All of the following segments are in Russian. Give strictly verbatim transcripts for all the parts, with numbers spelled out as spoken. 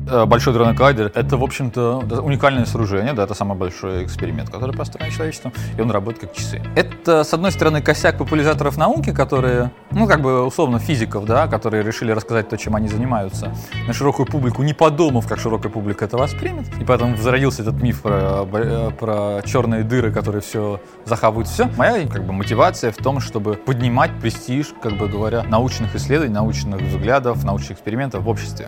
Большой дронный коллайдер — это, в общем-то, уникальное сооружение, да, это самый большой эксперимент, который построен человечеством, и он работает как часы. Это, с одной стороны, косяк популяризаторов науки, которые, ну, как бы, условно, физиков, да, которые решили рассказать то, чем они занимаются, на широкую публику, не подумав, как широкая публика это воспримет, и поэтому зародился этот миф про, про черные дыры, которые все захавают все. Моя, как бы, мотивация в том, чтобы поднимать престиж, как бы говоря, научных исследований, научных взглядов, научных экспериментов в обществе.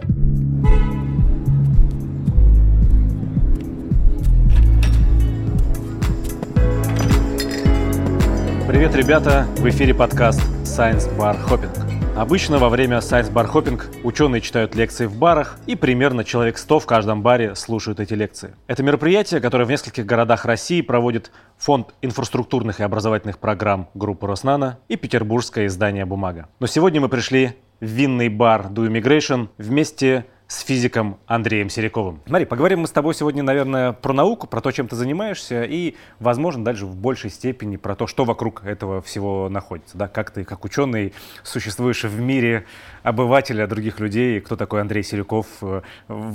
Привет, ребята! В эфире подкаст Science Bar Hopping. Обычно во время Science Bar Hopping ученые читают лекции в барах, и примерно человек сто в каждом баре слушают эти лекции. Это мероприятие, которое в нескольких городах России проводит Фонд инфраструктурных и образовательных программ группы Роснано и петербургское издание «Бумага». Но сегодня мы пришли в винный бар Do Immigration вместе с физиком Андреем Сериковым. Смотри, поговорим мы с тобой сегодня, наверное, про науку, про то, чем ты занимаешься, и, возможно, дальше в большей степени про то, что вокруг этого всего находится. Да? Как ты, как ученый, существуешь в мире обывателя, других людей, кто такой Андрей Сериков в,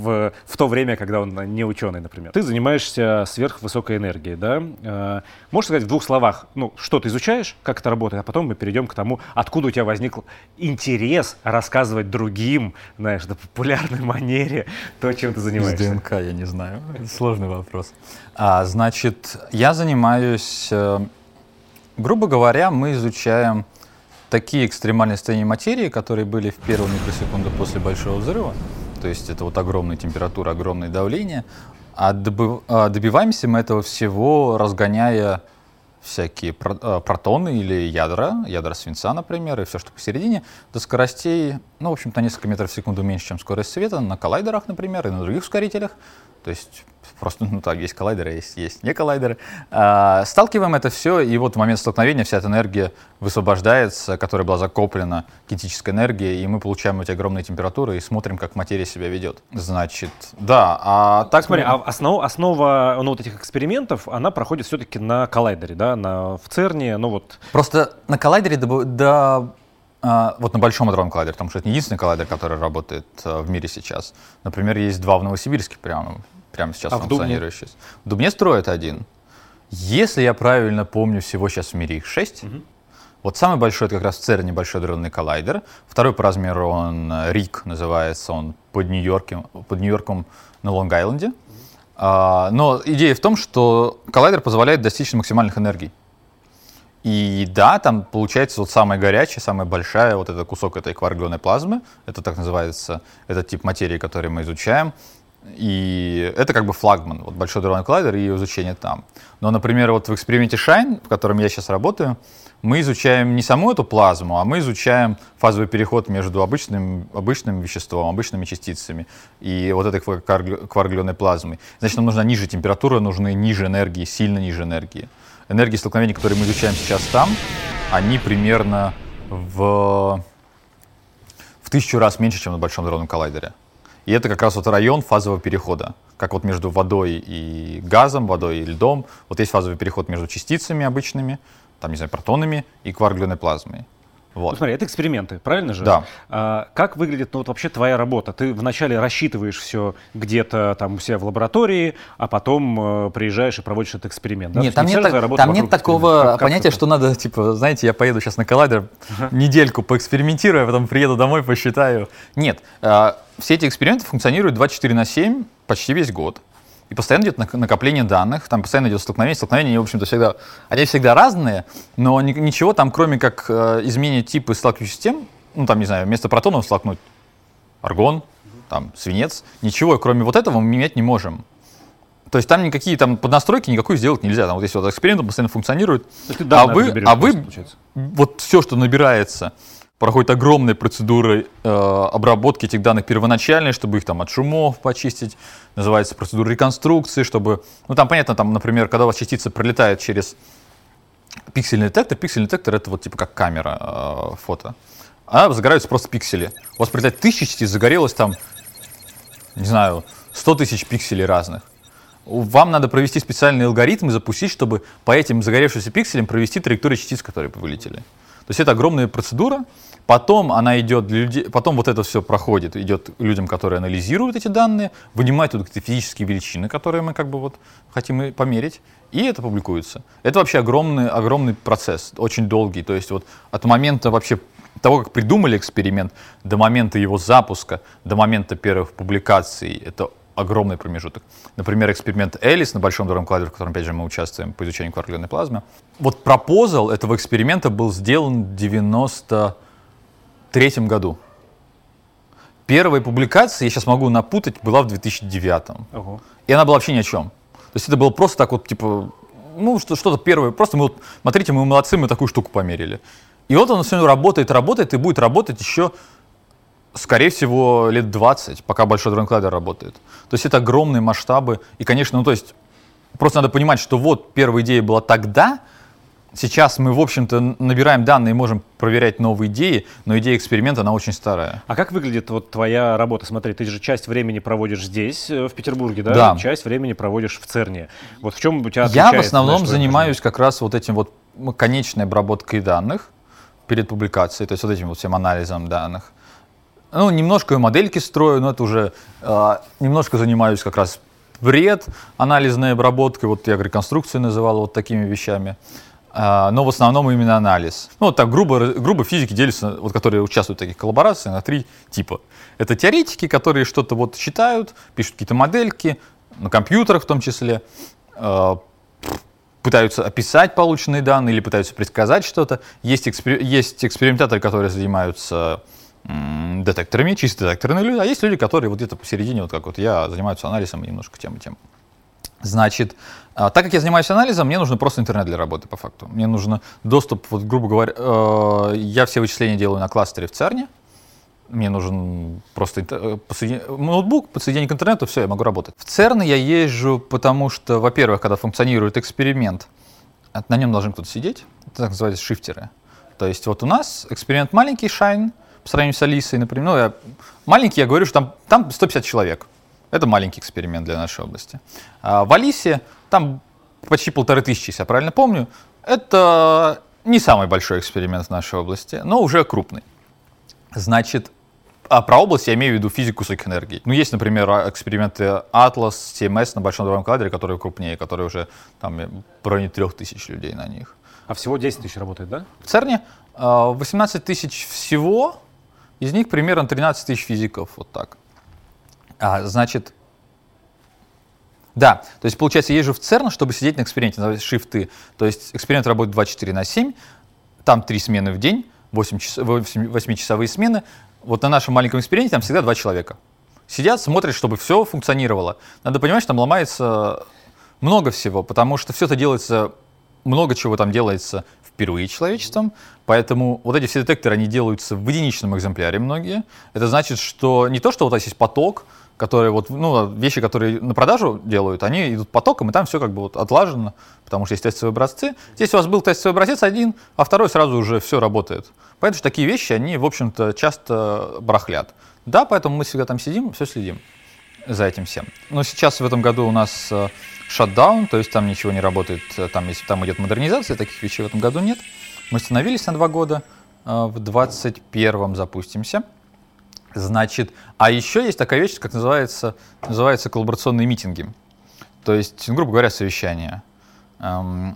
в то время, когда он не ученый, например. Ты занимаешься сверхвысокой энергией, да? Можешь сказать в двух словах, ну, что ты изучаешь, как это работает, а потом мы перейдем к тому, откуда у тебя возник интерес рассказывать другим, знаешь, да, популярным манере то, чем ты занимаешься? Из ДНК, я не знаю. Это сложный вопрос. А, значит, я занимаюсь, э, грубо говоря, мы изучаем такие экстремальные состояния материи, которые были в первую микросекунду после Большого взрыва. То есть это вот огромная температура, огромное давление. А доби- а добиваемся мы этого всего, разгоняя всякие протоны или ядра, ядра свинца, например, и все, что посередине, до скоростей, ну, в общем-то, несколько метров в секунду меньше, чем скорость света, на коллайдерах, например, и на других ускорителях. То есть просто, ну так, есть коллайдеры, есть, есть не коллайдеры. А, сталкиваем это все, и вот в момент столкновения вся эта энергия высвобождается, которая была закоплена кинетической энергией, и мы получаем эти огромные температуры и смотрим, как материя себя ведет. Значит, да, а так... Смотри, мы... а основ, основа ну, вот этих экспериментов, она проходит все-таки на коллайдере, да, на, в ЦЕРНе, ну вот... Просто на коллайдере до... до а, вот на Большом адронном коллайдере, потому что это не единственный коллайдер, который работает а, в мире сейчас. Например, есть два в Новосибирске прямо, прямо сейчас а функционирующие. В Дубне строят один. Если я правильно помню, всего сейчас в мире их шесть. Угу. Вот самый большой — это как раз в ЦЕРНе Большой адронный коллайдер. Второй по размеру он РИК, называется он под Нью-Йорком, под Нью-Йорком на Лонг-Айленде. А, но идея в том, что коллайдер позволяет достичь максимальных энергий. И да, там получается вот самая горячая, самая большая, вот этот кусок этой кварк-глюоновой плазмы. Это так называется, этот тип материи, который мы изучаем. И это как бы флагман, вот Большой адронный коллайдер и изучение там. Но, например, вот в эксперименте Shine, в котором я сейчас работаю, мы изучаем не саму эту плазму, а мы изучаем фазовый переход между обычным, обычным веществом, обычными частицами и вот этой кварк-глюоновой плазмой. Значит, нам нужна ниже температура, нужны ниже энергии, сильно ниже энергии. Энергии столкновений, которые мы изучаем сейчас там, они примерно в, в тысячу раз меньше, чем на Большом адронном коллайдере. И это как раз вот район фазового перехода. Как вот между водой и газом, водой и льдом. Вот есть фазовый переход между частицами обычными, там, не знаю, протонами и кварк-глюоновой плазмой. Вот. Ну, смотри, это эксперименты, правильно же? Да. А, как выглядит, ну, вот вообще твоя работа? Ты вначале рассчитываешь все где-то там у себя в лаборатории, а потом э, приезжаешь и проводишь этот эксперимент, да? Нет, там нет, так, там нет такого как, понятия, как что надо, типа, знаете, я поеду сейчас на коллайдер, uh-huh. недельку поэкспериментирую, а потом приеду домой, посчитаю. Нет, э, все эти эксперименты функционируют двадцать четыре на семь почти весь год. И постоянно идет накопление данных, там постоянно идет столкновение. Столкновения, они, в общем-то, всегда, они всегда разные, но ни, ничего там, кроме как э, изменить типы сталкивающихся систем, ну, там, не знаю, вместо протонов столкнуть аргон, там, свинец, ничего, кроме вот этого, мы менять не можем. То есть там никакие там поднастройки никакой сделать нельзя. Там вот здесь вот эксперимент постоянно функционирует, а вы, а вы вот все, что набирается, проходит огромные процедуры э, обработки этих данных первоначальные, чтобы их там от шумов почистить. Называется процедура реконструкции, чтобы... Ну там понятно, там, например, когда у вас частица пролетает через пиксельный детектор, пиксельный детектор — это вот типа как камера э, фото. А загораются просто пиксели. У вас прилетает тысяча частиц, загорелось там, не знаю, сто тысяч пикселей разных. Вам надо провести специальный алгоритм и запустить, чтобы по этим загоревшимся пикселям провести траекторию частиц, которые вылетели. То есть это огромная процедура, потом она идет для людей, потом вот это все проходит, идет людям, которые анализируют эти данные, вынимают тут какие-то физические величины, которые мы как бы вот хотим и померить, и это публикуется. Это вообще огромный, огромный процесс, очень долгий. То есть вот от момента вообще того, как придумали эксперимент, до момента его запуска, до момента первых публикаций, это огромный промежуток. Например, эксперимент Элис на Большом дронном коллайдере, в котором, опять же, мы участвуем по изучению кварк-ионной плазмы. Вот пропозал этого эксперимента был сделан в девяносто третьем году. Первая публикация, я сейчас могу напутать, была в две тысячи девятом. Ого. И она была вообще ни о чем. То есть это было просто так вот, типа, ну, что-то первое. Просто мы вот, смотрите, мы молодцы, мы такую штуку померили. И вот он сегодня работает, работает и будет работать еще, скорее всего, лет двадцать, пока Большой дронный коллайдер работает. То есть это огромные масштабы. И, конечно, ну, то есть просто надо понимать, что вот первая идея была тогда, сейчас мы, в общем-то, набираем данные и можем проверять новые идеи, но идея эксперимента, она очень старая. А как выглядит вот твоя работа? Смотри, ты же часть времени проводишь здесь, в Петербурге, да? Да. Часть времени проводишь в ЦЕРНе. Вот в чем у тебя отличается? Я в основном занимаюсь как раз вот этим вот конечной обработкой данных перед публикацией, то есть вот этим вот всем анализом данных. Ну, немножко модельки строю, но это уже э, немножко занимаюсь как раз пред анализной обработкой, вот я реконструкцию называл вот такими вещами. Но в основном именно анализ. Ну, вот так грубо, грубо физики делятся, вот, которые участвуют в таких коллаборациях, на три типа. Это теоретики, которые что-то вот считают, пишут какие-то модельки, на компьютерах в том числе, э, пытаются описать полученные данные или пытаются предсказать что-то. Есть, экспер... есть экспериментаторы, которые занимаются м- детекторами, чисто детекторные люди, а есть люди, которые вот где-то посередине, вот как вот я, занимаются анализом и немножко тем и тем. Значит, так как я занимаюсь анализом, мне нужен просто интернет для работы, по факту. Мне нужен доступ, вот, грубо говоря, э, я все вычисления делаю на кластере в ЦЕРНе. Мне нужен просто интер... подсоедин... ноутбук, подсоединение к интернету, все, я могу работать. В ЦЕРН я езжу, потому что, во-первых, когда функционирует эксперимент, на нем должен кто-то сидеть, это так называется шифтеры. То есть вот у нас эксперимент маленький, Shine, по сравнению с Алисой, например. Ну, я... Маленький, я говорю, что там, там сто пятьдесят человек. Это маленький эксперимент для нашей области. А в Алисе там почти полторы тысячи, если я правильно помню. Это не самый большой эксперимент в нашей области, но уже крупный. Значит, а про область я имею в виду физику высоких энергий. Ну, есть, например, эксперименты Atlas, Ти Эм Эс на Большом дронном коллайдере, которые крупнее, которые уже там в районе трех тысяч людей на них. А всего десять тысяч работает, да? В ЦЕРНе восемнадцать тысяч всего, из них примерно тринадцать тысяч физиков, вот так. А, значит, да, то есть, получается, я езжу в ЦЕРН, чтобы сидеть на эксперименте, называется шифты. То есть эксперимент работает двадцать четыре на семь, там три смены в день, восьмичасовые смены. Вот на нашем маленьком эксперименте там всегда два человека. Сидят, смотрят, чтобы все функционировало. Надо понимать, что там ломается много всего, потому что все это делается, много чего там делается впервые человечеством, поэтому вот эти все детекторы, они делаются в единичном экземпляре многие. Это значит, что не то, что вот у нас есть поток, которые вот, ну, вещи, которые на продажу делают, они идут потоком, и там все как бы вот отлажено, потому что есть тестовые образцы. Здесь у вас был тестовый образец один, а второй сразу уже все работает. Поэтому что такие вещи, они, в общем-то, часто барахлят. Да, поэтому мы всегда там сидим, все следим за этим всем. Но сейчас в этом году у нас шатдаун, то есть там ничего не работает, там, если там идет модернизация, таких вещей в этом году нет. Мы остановились на два года, в двадцать первом запустимся. Значит, а еще есть такая вещь, как называется, называется коллаборационные митинги. То есть, грубо говоря, совещания. Эм,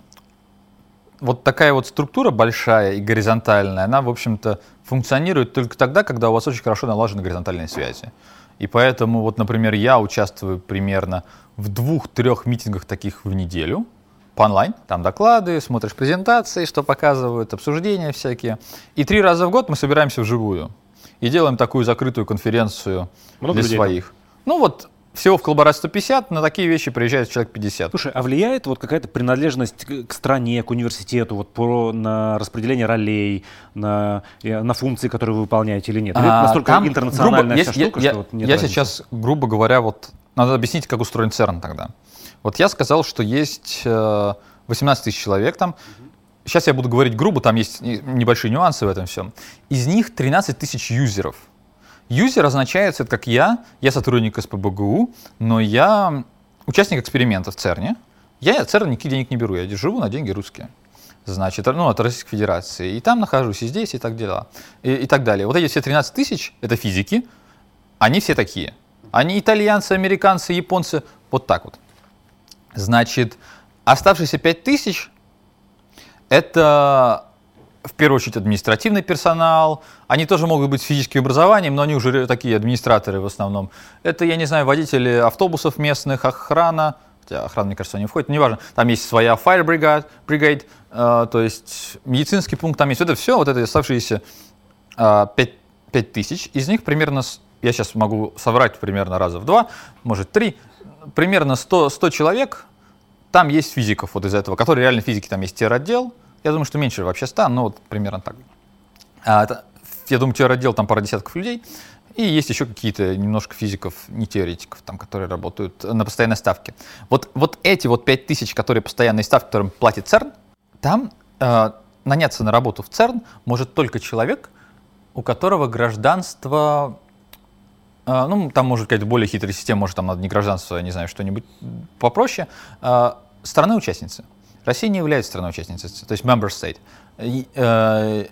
вот такая вот структура большая и горизонтальная, она, в общем-то, функционирует только тогда, когда у вас очень хорошо налажены горизонтальные связи. И поэтому, вот, например, я участвую примерно в двух-трех митингах таких в неделю по онлайн. Там доклады, смотришь презентации, что показывают, обсуждения всякие. И три раза в год мы собираемся вживую. И делаем такую закрытую конференцию Много для людей своих. Там? Ну вот, всего в коллаборации сто пятьдесят, на такие вещи приезжает человек пятьдесят. Слушай, а влияет вот какая-то принадлежность к стране, к университету, вот про, на распределение ролей, на, на функции, которые вы выполняете или нет? Или а, это настолько там, интернациональная грубо, вся я, штука, я, что вот нет Я разницы? Сейчас, грубо говоря, вот надо объяснить, как устроен ЦЕРН тогда. Вот я сказал, что есть восемнадцать тысяч человек там. Сейчас я буду говорить грубо, там есть небольшие нюансы в этом всем. Из них тринадцать тысяч юзеров. Юзер означает, как я, я сотрудник эс пэ бэ гэ у, но я участник эксперимента в ЦЕРНе. Я от ЦЕРНа никаких денег не беру, я живу на деньги русские. значит, ну, от Российской Федерации. И там нахожусь, и здесь, и так дела, и, и так далее. Вот эти все тринадцать тысяч, это физики, они все такие. Они итальянцы, американцы, японцы, вот так вот. Значит, оставшиеся пять тысяч – это, в первую очередь, административный персонал. Они тоже могут быть с физическим образованием, но они уже такие администраторы в основном. Это, я не знаю, водители автобусов местных, охрана. Хотя охрана, мне кажется, не входит, неважно. Там есть своя fire brigade, brigade э, то есть медицинский пункт, там есть. Это все, вот это оставшиеся э, пять тысяч. Из них примерно, я сейчас могу соврать примерно раза в два, может три, примерно сто, сто человек. Там есть физиков вот из этого, которые реально физики, там есть теротдел. Я думаю, что меньше вообще ста, но вот примерно так. А, это, я думаю, теротдел там пара десятков людей. И есть еще какие-то немножко физиков, не теоретиков, там, которые работают на постоянной ставке. Вот, вот эти вот пять тысяч, которые постоянные ставки, которым платит ЦЕРН, там э, наняться на работу в ЦЕРН может только человек, у которого гражданство, э, ну, там может какая-то более хитрая система, может там надо не гражданство, я не знаю, что-нибудь попроще, э, страны-участницы. Россия не является страной-участницей, то есть member state. И, э,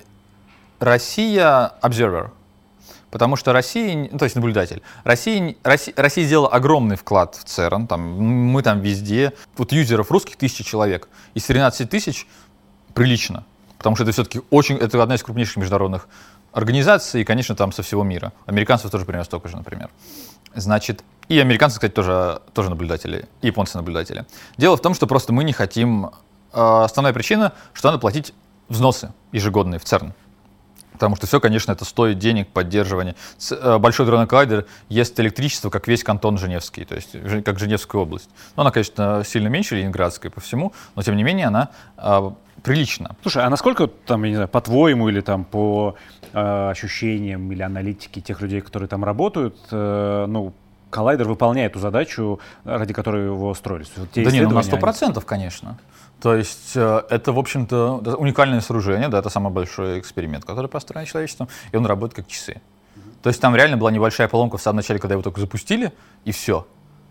Россия observer. Потому что Россия, ну, то есть наблюдатель, Россия, Россия, Россия сделала огромный вклад в ЦЕРН, там, мы там везде, вот юзеров русских тысяча человек, из тринадцати тысяч прилично, потому что это все-таки очень, это одна из крупнейших международных организаций, и, конечно, там со всего мира. Американцев тоже примерно столько же, например. Значит, и американцы, кстати, тоже, тоже наблюдатели, и японцы наблюдатели. Дело в том, что просто мы не хотим, основная причина, что надо платить взносы ежегодные в ЦЕРН. Потому что все, конечно, это стоит денег, поддерживания. Большой дронный коллайдер ест электричество, как весь кантон Женевский, то есть как Женевская область. Но она, конечно, сильно меньше Ленинградской по всему, но тем не менее она э, прилична. Слушай, а насколько, там, я не знаю, по-твоему или там по э, ощущениям или аналитике тех людей, которые там работают, э, ну, коллайдер выполняет ту задачу, ради которой его строили? Вот да не, ну на сто процентов, они... конечно. То есть это, в общем-то, уникальное сооружение, да, это самый большой эксперимент, который построен человечеством, и он работает как часы. Mm-hmm. То есть там реально была небольшая поломка в самом начале, когда его только запустили, и все.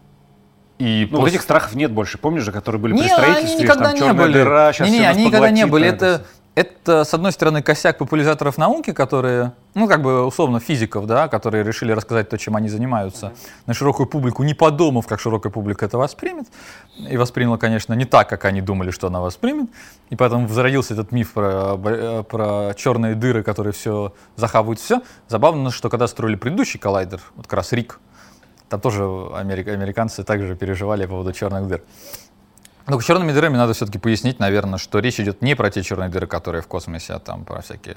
И ну, после... этих страхов нет больше, помнишь же, которые были не, при строительстве, они никогда там не черная были. дыра, сейчас не, не, все они никогда не были. Это... Это, это, с одной стороны, косяк популяризаторов науки, которые, ну, как бы, условно, физиков, да, которые решили рассказать то, чем они занимаются, mm-hmm. на широкую публику, не подумав, как широкая публика это воспримет. И восприняла, конечно, не так, как они думали, что она воспримет. И поэтому зародился этот миф про, про черные дыры, которые все захавают все. Забавно, что когда строили предыдущий коллайдер, вот как раз РИК, там тоже америк- американцы также переживали по поводу черных дыр. Но черными дырами надо все-таки пояснить, наверное, что речь идет не про те черные дыры, которые в космосе, а там про всякие,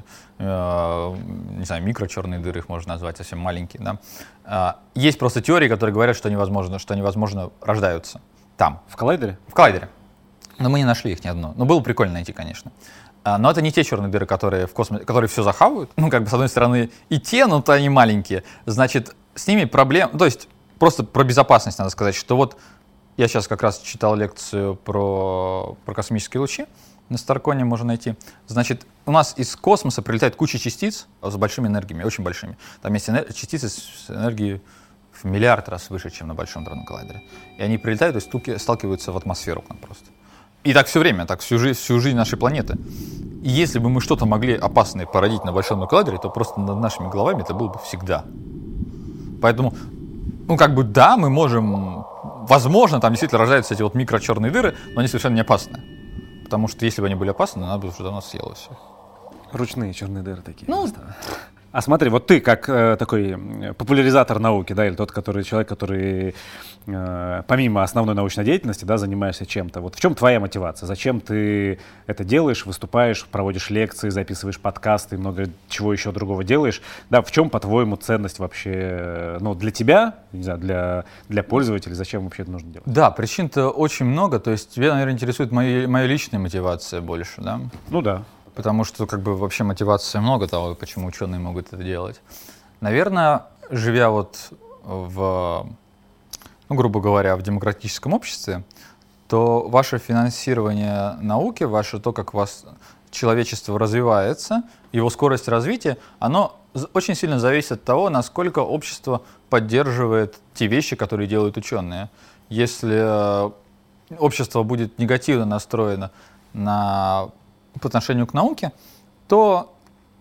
э, не знаю, микрочерные дыры, их можно назвать, совсем маленькие. Да? Э, есть просто теории, которые говорят, что невозможно, что невозможно рождаются там. В коллайдере? В коллайдере. Но мы не нашли их ни одно. Но было прикольно найти, конечно. Э, но это не те черные дыры, которые в космосе, которые все захавают. Ну, как бы, с одной стороны, и те, но то они маленькие. Значит, с ними проблем... То есть, просто про безопасность надо сказать, что вот я сейчас как раз читал лекцию про, про космические лучи, на Старконе можно найти. Значит, у нас из космоса прилетает куча частиц с большими энергиями, очень большими. Там есть энер... частицы с энергией в миллиард раз выше, чем на Большом дронном коллайдере. И они прилетают и стуки... сталкиваются в атмосферу к нам просто. И так все время, так всю жизнь, всю жизнь нашей планеты. И если бы мы что-то могли опасное породить на Большом дронном коллайдере, то просто над нашими головами это было бы всегда. Поэтому, ну как бы да, мы можем... Возможно, там действительно рождаются эти вот микрочерные дыры, но они совершенно не опасны. Потому что если бы они были опасны, надо бы уже давно съело все. Ручные черные дыры такие. Ну, а смотри, вот ты как э, такой популяризатор науки, да, или тот, который человек, который э, помимо основной научной деятельности, да, занимаешься чем-то. Вот в чем твоя мотивация? Зачем ты это делаешь, выступаешь, проводишь лекции, записываешь подкасты, много чего еще другого делаешь? Да, в чем, по-твоему, ценность вообще, ну, для тебя, не знаю, для, для пользователей, зачем вообще это нужно делать? Да, причин-то очень много, то есть тебя, наверное, интересует моя, моя личная мотивация больше, да? Ну да. Потому что как бы вообще мотивации много того, почему ученые могут это делать. Наверное, живя вот в, ну, грубо говоря, в демократическом обществе, то ваше финансирование науки, ваше то, как у вас человечество развивается, его скорость развития, оно очень сильно зависит от того, насколько общество поддерживает те вещи, которые делают ученые. Если общество будет негативно настроено на по отношению к науке, то,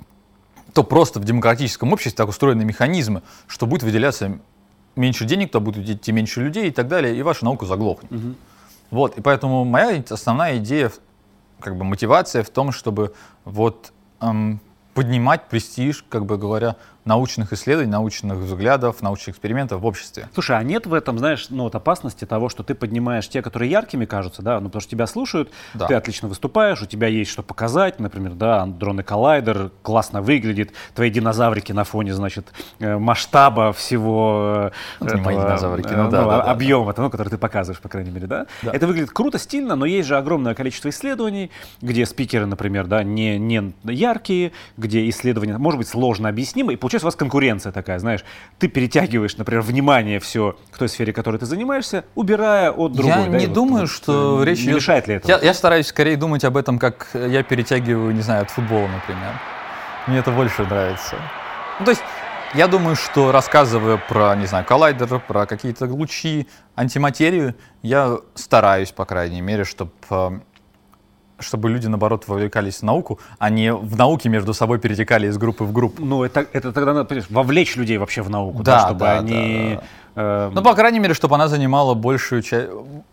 то просто в демократическом обществе так устроены механизмы, что будет выделяться меньше денег, то будет идти меньше людей и так далее, и ваша наука заглохнет. Угу. Вот, и поэтому моя основная идея, как бы мотивация в том, чтобы вот эм, поднимать престиж, как бы говоря, научных исследований, научных взглядов, научных экспериментов в обществе. Слушай, а нет в этом, знаешь, ну, вот опасности того, что ты поднимаешь те, которые яркими кажутся, да, ну, потому что тебя слушают, да. Ты отлично выступаешь, у тебя есть что показать, например, да, дронный коллайдер классно выглядит, твои динозаврики на фоне, значит, масштаба всего ну, этого, мои динозаврики, ну, ну, да, да, объема, да. Ну, который ты показываешь, по крайней мере, да? да. Это выглядит круто, стильно, но есть же огромное количество исследований, где спикеры, например, да, не, не яркие, где исследования, может быть, сложно объяснимы, и получается у вас конкуренция такая, знаешь, ты перетягиваешь, например, внимание все к той сфере, которой ты занимаешься, убирая от другой. Я да, не вот, думаю, вот, что не речь не идет... мешает ли это? Я, я стараюсь скорее думать об этом, как я перетягиваю, не знаю, от футбола, например. Мне это больше нравится. Ну, то есть, я думаю, что рассказывая про, не знаю, коллайдер, про какие-то лучи, антиматерию, я стараюсь, по крайней мере, чтобы... чтобы люди, наоборот, вовлекались в науку, а не в науке между собой перетекали из группы в группу. Ну, это, это тогда надо, понимаешь, вовлечь людей вообще в науку, да, да чтобы да, они... Да, да. Э... Ну, по крайней мере, чтобы она занимала большую часть,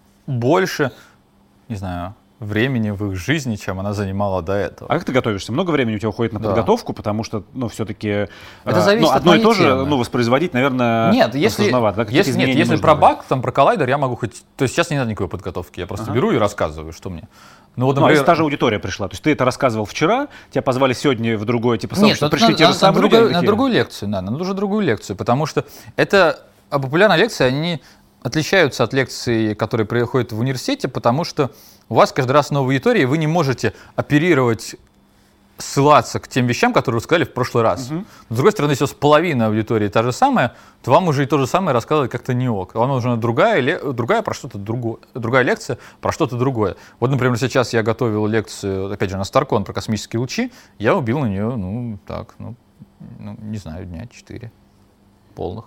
больше, не знаю, времени в их жизни, чем она занимала до этого. А как ты готовишься? Много времени у тебя уходит на да. подготовку, потому что, ну, все-таки... Это зависит ну, от одно и то же, темы. ну, воспроизводить, наверное, нет, если, сложновато. Да? Если, нет, если про баг, там, про коллайдер, я могу хоть... То есть сейчас не надо никакой подготовки, я просто ага. беру и рассказываю, что мне... Ну, вот, например, ну, а если та же аудитория пришла, то есть ты это рассказывал вчера, тебя позвали сегодня в другое, типа, сообщество, Нет, пришли на, те же на, самые на люди. Другую, на другую лекцию, да, на уже другую лекцию, потому что это а популярные лекции, они отличаются от лекций, которые проходят в университете, потому что у вас каждый раз новая аудитория, и вы не можете оперировать, ссылаться к тем вещам, которые вы сказали в прошлый раз. Uh-huh. С другой стороны, если у вас половина аудитории та же самая, то вам уже и то же самое рассказывать как-то не ок. Вам нужна другая, другая про что-то другое, другая лекция про что-то другое. Вот, например, сейчас я готовил лекцию, опять же, на Старкон про космические лучи, я убил на нее, ну, так, ну, ну не знаю, дня четыре полных.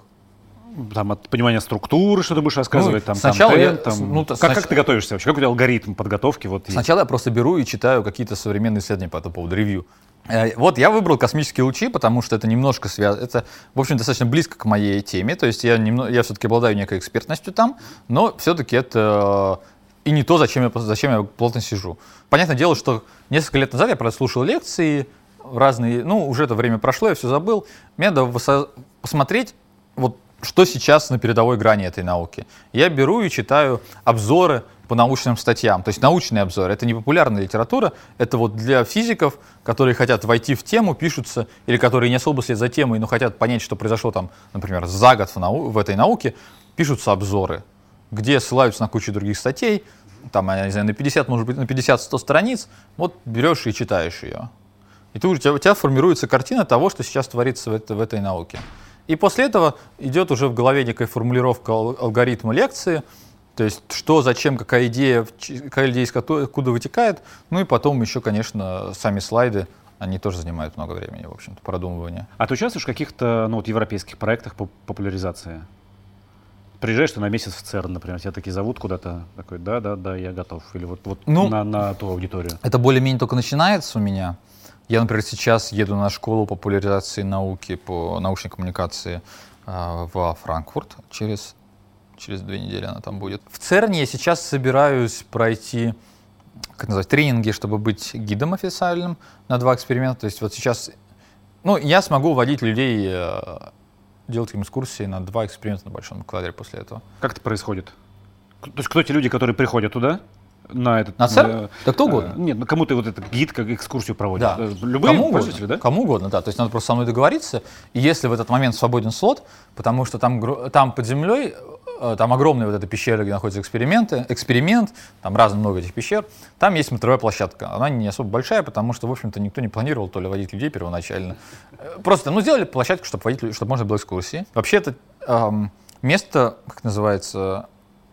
Там от понимания структуры, что ты будешь рассказывать, ну, там, сначала контент, я, там, ну, как, снач... как ты готовишься вообще? Как у тебя алгоритм подготовки? Вот сначала есть? Я просто беру и читаю какие-то современные исследования по этому поводу, ревью. Вот я выбрал космические лучи, потому что это немножко связано, это, в общем, достаточно близко к моей теме, то есть я, немного, я все-таки обладаю некой экспертностью там, но все-таки это и не то, зачем я, зачем я плотно сижу. Понятное дело, что несколько лет назад я прослушал лекции разные, ну, уже это время прошло, я все забыл, мне надо посмотреть, вот, что сейчас на передовой грани этой науки. Я беру и читаю обзоры по научным статьям. То есть научный обзор. Это не популярная литература, это вот для физиков, которые хотят войти в тему, пишутся, или которые не особо следят за темой, но хотят понять, что произошло там, например, за год в, нау- в этой науке, пишутся обзоры, где ссылаются на кучу других статей, там, я не знаю, на пятьдесят, может быть, на пятьдесят-сто страниц, вот берешь и читаешь ее. И ты, у, тебя, у тебя формируется картина того, что сейчас творится в, это, в этой науке. И после этого идет уже в голове некая формулировка алгоритма лекции, то есть что, зачем, какая идея, какая идея из откуда вытекает, ну и потом еще, конечно, сами слайды, они тоже занимают много времени, в общем-то, продумывания. А ты участвуешь в каких-то, ну, вот, европейских проектах по популяризации? Приезжаешь ты на месяц в ЦЕРН, например, тебя такие зовут куда-то, такой, да-да-да, я готов, или вот, вот ну, на, на ту аудиторию? Это более-менее только начинается у меня. Я, например, сейчас еду на школу популяризации науки по научной коммуникации э, во Франкфурт. Через, через две недели она там будет. В ЦЕРНе я сейчас собираюсь пройти, как назвать, тренинги, чтобы быть гидом официальным на два эксперимента. То есть вот сейчас, ну, я смогу водить людей, э, делать им экскурсии на два эксперимента на большом коллайдере после этого. Как это происходит? То есть кто те люди, которые приходят туда? На этот, на ЦЕРН? Э, да кто угодно. Э, нет, ну кому ты вот этот гид, как экскурсию проводишь? Да. Любые кому пользователи, угодно, да? Кому угодно, да. То есть надо просто со мной договориться, и если в этот момент свободен слот, потому что там, там под землей, там огромная вот эта пещера, где находятся эксперименты, эксперимент, там разно много этих пещер, там есть смотровая площадка. Она не особо большая, потому что, в общем-то, никто не планировал то ли водить людей первоначально. Просто, ну, сделали площадку, чтобы водить, чтобы можно было экскурсии. Вообще это эм, место, как называется,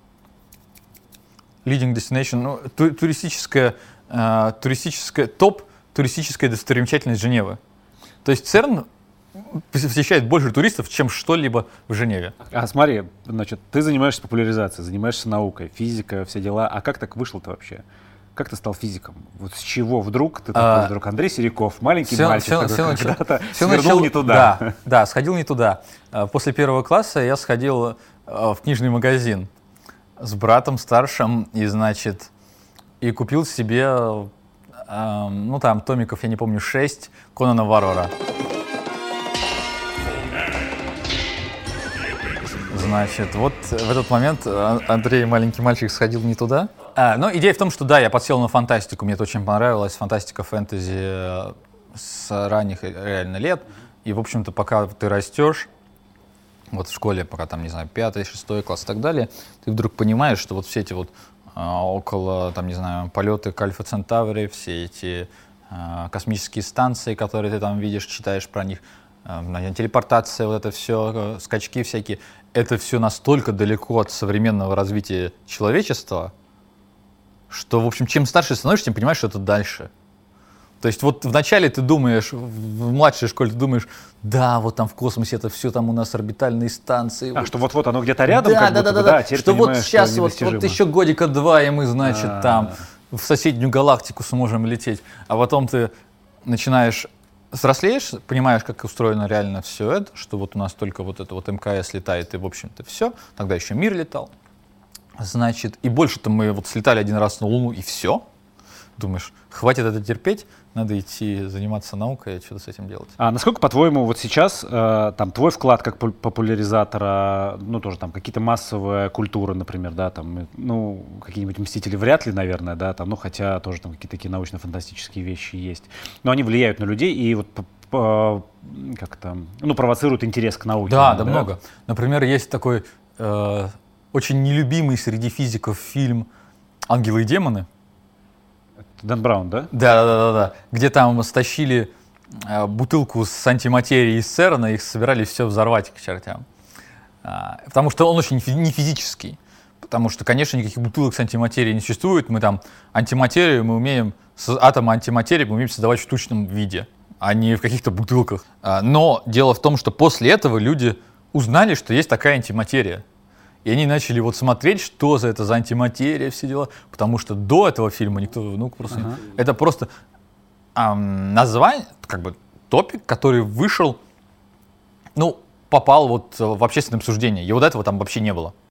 leading destination, ну, ту, туристическая, э, туристическая, топ туристическая достопримечательность Женевы. То есть ЦЕРН посещает больше туристов, чем что-либо в Женеве. А смотри, значит, ты занимаешься популяризацией, занимаешься наукой, физика, все дела. А как так вышло-то вообще? Как ты стал физиком? Вот с чего вдруг ты такой а, вдруг Андрей Сериков, маленький все, мальчик, все, такой, все, когда-то все свернул начал, не туда. Да, да, сходил не туда. После первого класса я сходил в книжный магазин с братом старшим и, значит, и купил себе, э, ну там, томиков, я не помню, шесть Конана Варвара. Значит, вот в этот момент Андрей, маленький мальчик, сходил не туда. А, но идея в том, что да, я подсел на фантастику, мне это очень понравилось, фантастика, фэнтези с ранних реально лет. И, в общем-то, пока ты растешь, вот в школе, пока там, не знаю, пятый, шестой класс и так далее, ты вдруг понимаешь, что вот все эти вот а, около, там, не знаю, полеты к Альфа Центаври, все эти а, космические станции, которые ты там видишь, читаешь про них, а, телепортация, вот это все, скачки всякие, это все настолько далеко от современного развития человечества, что, в общем, чем старше становишься, тем понимаешь, что это дальше. То есть вот вначале ты думаешь, в младшей школе ты думаешь, да, вот там в космосе это все, там у нас орбитальные станции. А, вот. что вот-вот оно где-то рядом? Да, как да, будто да, бы, да, да, что вот сейчас что вот, вот еще годика два, и мы, значит, А-а-а. там в соседнюю галактику сможем лететь. А потом ты начинаешь, взрослеешь, понимаешь, как устроено реально все это, что вот у нас только вот это вот МКС летает, и, в общем-то, все. Тогда еще мир летал. Значит, и больше-то мы вот слетали один раз на Луну, и все. Думаешь, хватит это терпеть, надо идти заниматься наукой и что-то с этим делать. А насколько, по-твоему, вот сейчас э, там твой вклад как популяризатора, ну тоже там какие-то массовые культуры, например, да, там, ну какие-нибудь «Мстители» вряд ли, наверное, да, там, ну хотя тоже там какие-то такие научно-фантастические вещи есть, но они влияют на людей и вот как-то, ну провоцируют интерес к науке. Да, да, да, много. Например, есть такой э, очень нелюбимый среди физиков фильм «Ангелы и демоны». Дэн Браун, да? Да, да, да, да. Где там стащили э, бутылку с антиматерией из ЦЕРНа, их собирались все взорвать к чертям. А, потому что он очень фи- не физический. Потому что, конечно, никаких бутылок с антиматерией не существует. Мы там антиматерию, мы умеем, с атома антиматерии мы умеем создавать в штучном виде, а не в каких-то бутылках. А, но дело в том, что после этого люди узнали, что есть такая антиматерия. И они начали вот смотреть, что за это за антиматерия, все дела. Потому что до этого фильма никто, ну, просто... Uh-huh. Это просто эм, название, как бы топик, который вышел, ну, попал вот в общественное обсуждение. Его до этого там вообще не было.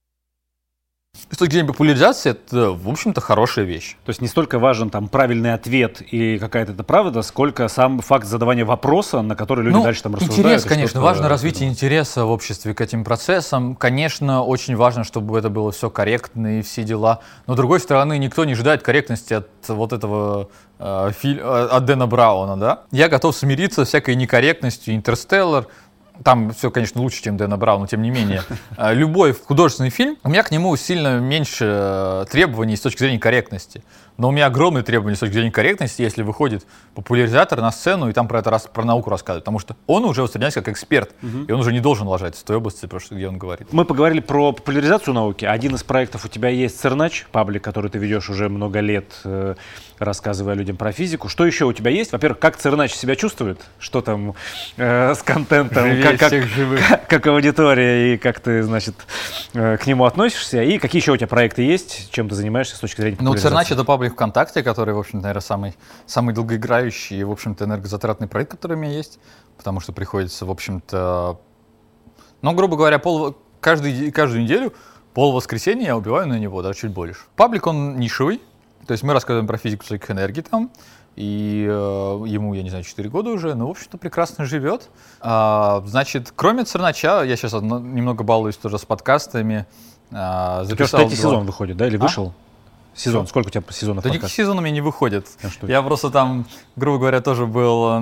С точки зрения популяризации, это, в общем-то, хорошая вещь. То есть не столько важен там правильный ответ и какая-то это правда, сколько сам факт задавания вопроса, на который люди ну, дальше там рассуждают. Интерес, конечно, важно развитие интереса в обществе к этим процессам. Конечно, очень важно, чтобы это было все корректно и все дела. Но, с другой стороны, никто не ожидает корректности от вот этого э, филь... от Дэна Брауна, да? Я готов смириться с всякой некорректностью. «Интерстеллар». Там все, конечно, лучше, чем Дэна Брауна, но тем не менее. Любой художественный фильм, у меня к нему сильно меньше требований с точки зрения корректности. Но у меня огромные требования с точки зрения корректности, если выходит популяризатор на сцену и там про, это, про науку рассказывает. Потому что он уже воспринимается как эксперт, угу. и он уже не должен ложиться в той области, где он говорит. Мы поговорили про популяризацию науки. Один из проектов у тебя есть «Цернач», паблик, который ты ведешь уже много лет, рассказывая людям про физику. Что еще у тебя есть? Во-первых, как «Цернач» себя чувствует? Что там э, с контентом? Как, как, как, как аудитория и как ты, значит, э, к нему относишься? И какие еще у тебя проекты есть? Чем ты занимаешься с точки зрения популяризации? Ну, «Цернач» — это паблик ВКонтакте, который, в общем-то, наверное, самый, самый долгоиграющий и, в общем-то, энергозатратный проект, который у меня есть. Потому что приходится, в общем-то, ну, грубо говоря, пол, каждый, каждую неделю, пол воскресенья я убиваю на него, даже чуть больше. Паблик, он нишевый. То есть мы рассказываем про физику всяких энергий там, и э, ему, я не знаю, четыре года уже, но, в общем-то, прекрасно живет. А, значит, кроме «Цернача», я сейчас немного балуюсь тоже с подкастами. А, записал третий два... сезон выходит, да, или вышел? А? Сезон. Сколько у тебя сезонов да подкастов? Никаких сезонов у меня не выходит. А я просто там, грубо говоря, тоже был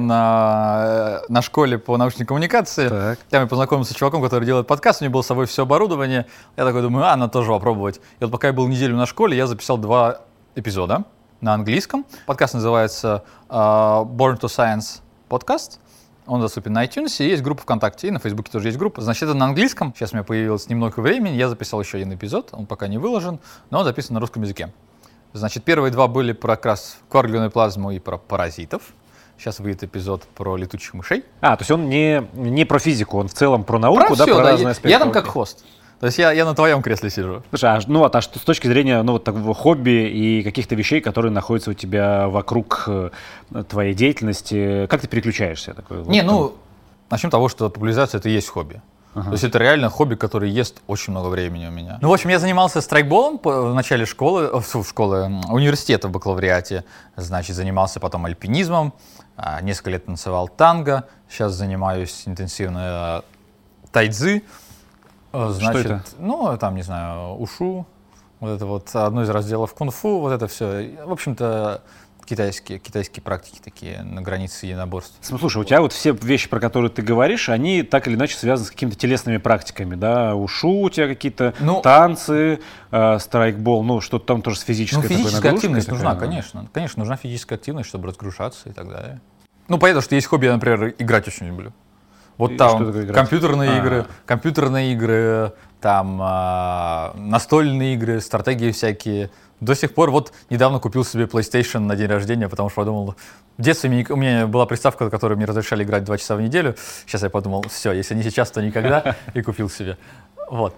на, на школе по научной коммуникации. Так. Там я познакомился с чуваком, который делает подкаст, у него было с собой все оборудование. Я такой думаю, а, надо тоже попробовать. И вот пока я был неделю на школе, я записал два эпизода на английском. Подкаст называется uh, Born to Science Podcast. Он доступен на iTunes, и есть группа ВКонтакте, и на Фейсбуке тоже есть группа. Значит, это на английском. Сейчас у меня появилось немного времени, я записал еще один эпизод, он пока не выложен, но он записан на русском языке. Значит, первые два были про как раз коагулярную плазму и про паразитов. Сейчас выйдет эпизод про летучих мышей. А, то есть он не, не про физику, он в целом про науку, про да, все, про да, разные я, аспекты. Я там как хост. То есть я, я на твоем кресле сижу. Слушай, а, ну вот, а что с точки зрения ну, вот такого хобби и каких-то вещей, которые находятся у тебя вокруг э, твоей деятельности, как ты переключаешься? Такой, Не, вот, ну, начнем с того, что популяризация — это и есть хобби. Ага. То есть это реально хобби, который ест очень много времени у меня. Ну, в общем, я занимался страйкболом в начале школы, в школы, университета в бакалавриате. Значит, занимался потом альпинизмом, несколько лет танцевал танго, сейчас занимаюсь интенсивно тайцзи. Значит, что это? Ну, там, не знаю, ушу, вот это вот одно из разделов кунг-фу, вот это все. В общем-то, китайские, китайские практики такие на границе единоборств. Слушай, у тебя вот все вещи, про которые ты говоришь, они так или иначе связаны с какими-то телесными практиками, да? Ушу у тебя какие-то, ну, танцы, э, страйкбол, ну, что-то там тоже с физической такой нагрузкой. Ну, физическая активность такая, нужна, да? конечно. Конечно, нужна физическая активность, чтобы разгружаться и так далее. Ну, понятно, что есть хобби, я, например, играть очень люблю. Вот и там компьютерные А-а-а. игры, компьютерные игры, там э, настольные игры, стратегии всякие. До сих пор вот недавно купил себе PlayStation на день рождения, потому что подумал, в детстве у меня была приставка, на которой мне разрешали играть два часа в неделю. Сейчас я подумал, все, если не сейчас, то никогда, и купил себе. Вот.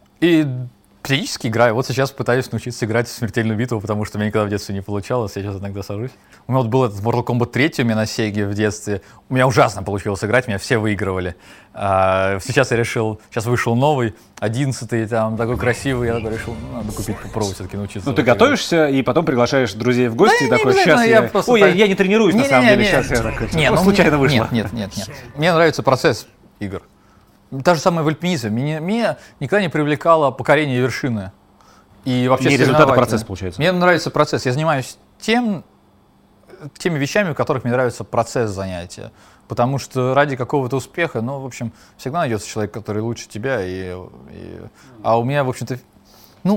И периодически играю. Вот сейчас пытаюсь научиться играть в смертельную битву, потому что у меня никогда в детстве не получалось, я сейчас иногда сажусь. У меня вот был этот Mortal Kombat три у меня на Сеге в детстве. У меня ужасно получилось играть, меня все выигрывали. А сейчас я решил, сейчас вышел новый, одиннадцатый, там такой красивый, я такой решил, ну, надо купить, попробовать все-таки научиться. Ну ты готовишься и потом приглашаешь друзей в гости, да, и такой, сейчас я... я Ой, так... я, я не тренируюсь не, на самом не, деле, не, сейчас не, я такой, не, ну, ну, случайно вышло. Нет, нет, нет, нет. Мне нравится процесс игр. Та же самая в альпинизме. Меня, меня никогда не привлекало покорение вершины. И вообще не результат, а процесс, получается. Мне нравится процесс. Я занимаюсь тем, теми вещами, в которых мне нравится процесс занятия. Потому что ради какого-то успеха, ну, в общем, всегда найдется человек, который лучше тебя. И, и... А у меня, в общем-то, ну,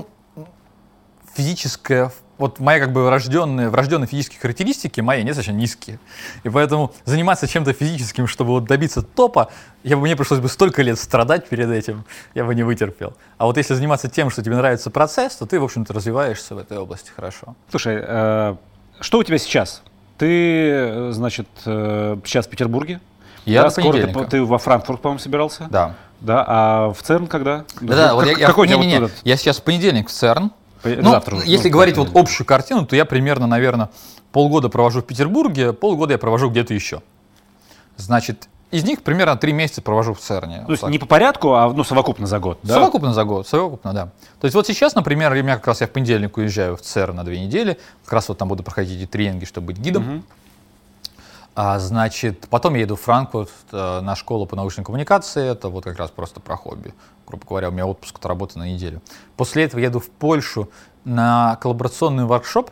физическая, вот моя как бы врожденные, врожденные физические характеристики мои недостаточно низкие. И поэтому заниматься чем-то физическим, чтобы вот добиться топа, я бы, мне пришлось бы столько лет страдать перед этим, я бы не вытерпел. А вот если заниматься тем, что тебе нравится процесс, то ты, в общем-то, развиваешься в этой области хорошо. Слушай, э, что у тебя сейчас? Ты, значит, э, сейчас в Петербурге? Я да, до понедельника. Ты, ты во Франкфурт, по-моему, собирался? Да. Да, а в ЦЕРН когда? Да, да, вот я, какой я, у тебя не, не, вот не, я сейчас в понедельник в ЦЕРН. Ну, завтра, если ну, говорить завтра. вот общую картину, то я примерно, наверное, полгода провожу в Петербурге, полгода я провожу где-то еще. Значит, из них примерно три месяца провожу в ЦЕРНе. То есть вот не по порядку, а ну, совокупно за год, да? Совокупно за год, совокупно, да. То есть вот сейчас, например, я как раз я в понедельник уезжаю в ЦЕРН на две недели, как раз вот там буду проходить эти тренинги, чтобы быть гидом. Угу. А, значит, потом я еду в Франкфурт э, на школу по научной коммуникации, это вот как раз просто про хобби. Грубо говоря, у меня отпуск от работы на неделю. После этого еду в Польшу на коллаборационный воркшоп.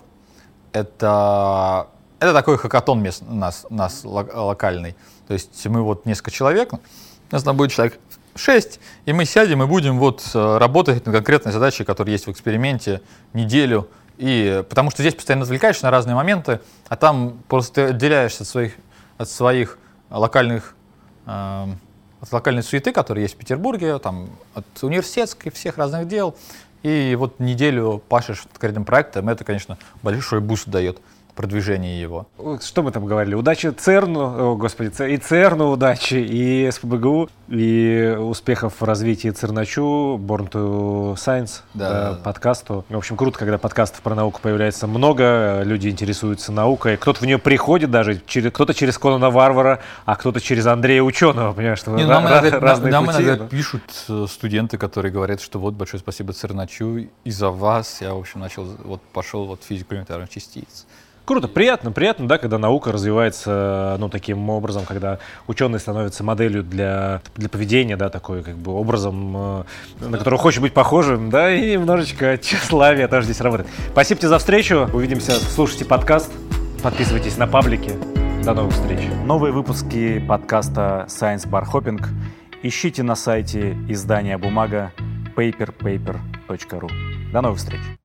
Это, это такой хакатон мест, у нас, у нас локальный. То есть мы вот несколько человек, у нас там будет человек шесть, и мы сядем и будем вот работать над конкретной задачей, которая есть в эксперименте, неделю. И, потому что здесь постоянно отвлекаешься на разные моменты, а там просто ты отделяешься от своих, от своих локальных, э, от локальной суеты, которая есть в Петербурге, там, от университетской, всех разных дел. И вот неделю пашешь над конкретным проектом, это, конечно, большой буст дает продвижение его. Что мы там говорили? Удачи ЦЕРНу, о, господи, и ЦЕРНу удачи, и СПбГУ, и успехов в развитии ЦЕРНачу, Born to Science, да, да, да, подкасту. В общем, круто, когда подкастов про науку появляется много, люди интересуются наукой, кто-то в нее приходит даже, через, кто-то через Конана Варвара, а кто-то через Андрея Ученого, понимаешь, что Не, ra- нам, ra- иногда, разные нам пути. иногда пишут студенты, которые говорят, что вот большое спасибо ЦЕРНачу, из-за вас я, в общем, начал, вот пошел вот в физику элементарных частиц. Круто, приятно, приятно, да, когда наука развивается, ну, таким образом, когда ученый становится моделью для, для поведения, да, такой, как бы, образом, э, на который хочет быть похожим, да, и немножечко тщеславия тоже здесь работает. Спасибо тебе за встречу, увидимся, слушайте подкаст, подписывайтесь на паблики, до новых встреч. Новые выпуски подкаста Science Bar Hopping ищите на сайте издания «Бумага» пейпер пейпер точка ру. До новых встреч.